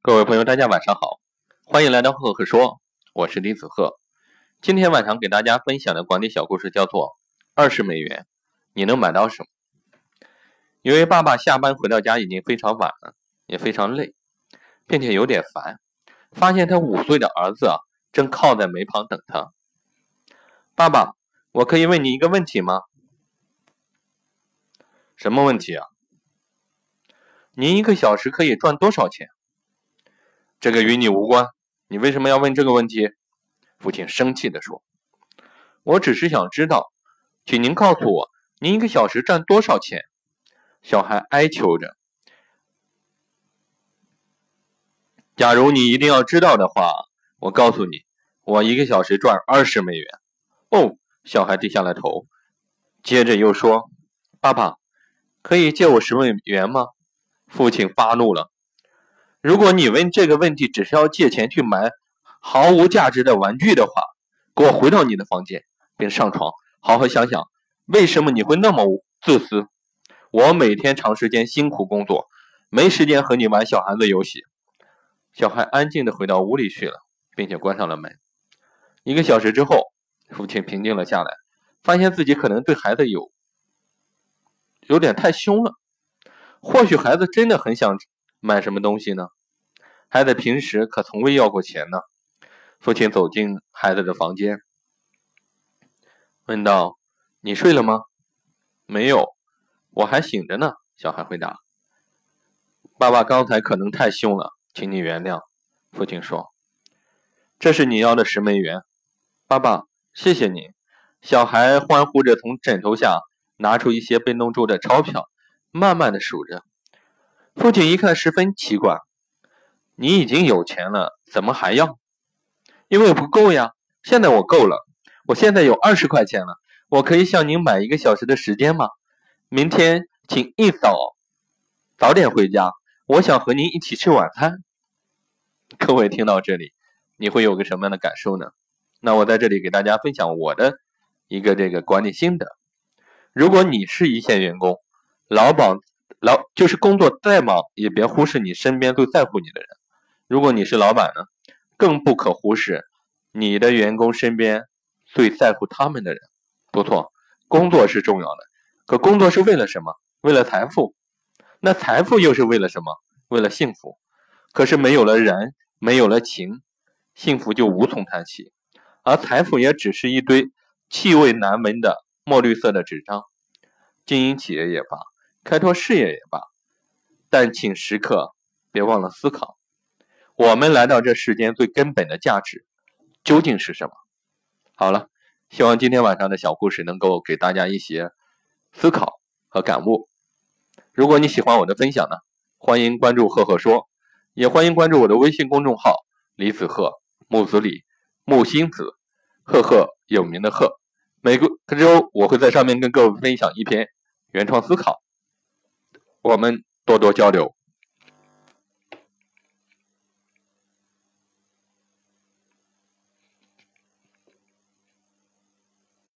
各位朋友，大家晚上好，欢迎来到赫赫说，我是李子赫。今天晚上给大家分享的管理小故事叫做20美元，你能买到什么？一位爸爸下班回到家已经非常晚了，也非常累，并且有点烦，发现他5岁的儿子正靠在门旁等他。爸爸，我可以问你一个问题吗？什么问题啊？您1个小时可以赚多少钱？这个与你无关，你为什么要问这个问题？父亲生气地说。我只是想知道，请您告诉我，您1个小时赚多少钱？小孩哀求着。假如你一定要知道的话，我告诉你，我1个小时赚20美元。哦，小孩低下了头，接着又说，爸爸，可以借我10美元吗？父亲发怒了。如果你问这个问题只是要借钱去买毫无价值的玩具的话，给我回到你的房间，并上床，好好想想，为什么你会那么自私？我每天长时间辛苦工作，没时间和你玩小孩子游戏。小孩安静地回到屋里去了，并且关上了门。1个小时之后，父亲平静了下来，发现自己可能对孩子有点太凶了。或许孩子真的很想买什么东西呢？孩子平时可从未要过钱呢。父亲走进孩子的房间，问道：“你睡了吗？”“没有，我还醒着呢。”小孩回答。“爸爸刚才可能太凶了，请你原谅。”父亲说。“这是你要的10美元。”“爸爸，谢谢你。”小孩欢呼着从枕头下拿出一些被弄皱的钞票，慢慢的数着。父亲一看十分奇怪，“你已经有钱了，怎么还要？”“因为不够呀，现在我够了，我现在有20块钱了，我可以向您买1个小时的时间吗？明天请一早点回家，我想和您一起吃晚餐。”各位听到这里，你会有个什么样的感受呢？那我在这里给大家分享我的一个管理心得。如果你是一线员工，就是工作再忙，也别忽视你身边最在乎你的人。如果你是老板呢，更不可忽视你的员工身边最在乎他们的人。不错，工作是重要的，可工作是为了什么？为了财富。那财富又是为了什么？为了幸福。可是没有了人，没有了情，幸福就无从谈起，而财富也只是一堆气味难闻的墨绿色的纸张。经营企业也罢，开拓事业也罢，但请时刻别忘了思考，我们来到这世间最根本的价值究竟是什么？好了，希望今天晚上的小故事能够给大家一些思考和感悟。如果你喜欢我的分享呢，欢迎关注赫赫说，也欢迎关注我的微信公众号李子赫，木子李，木星子，赫赫有名的赫。每个周我会在上面跟各位分享一篇原创思考，我们多多交流。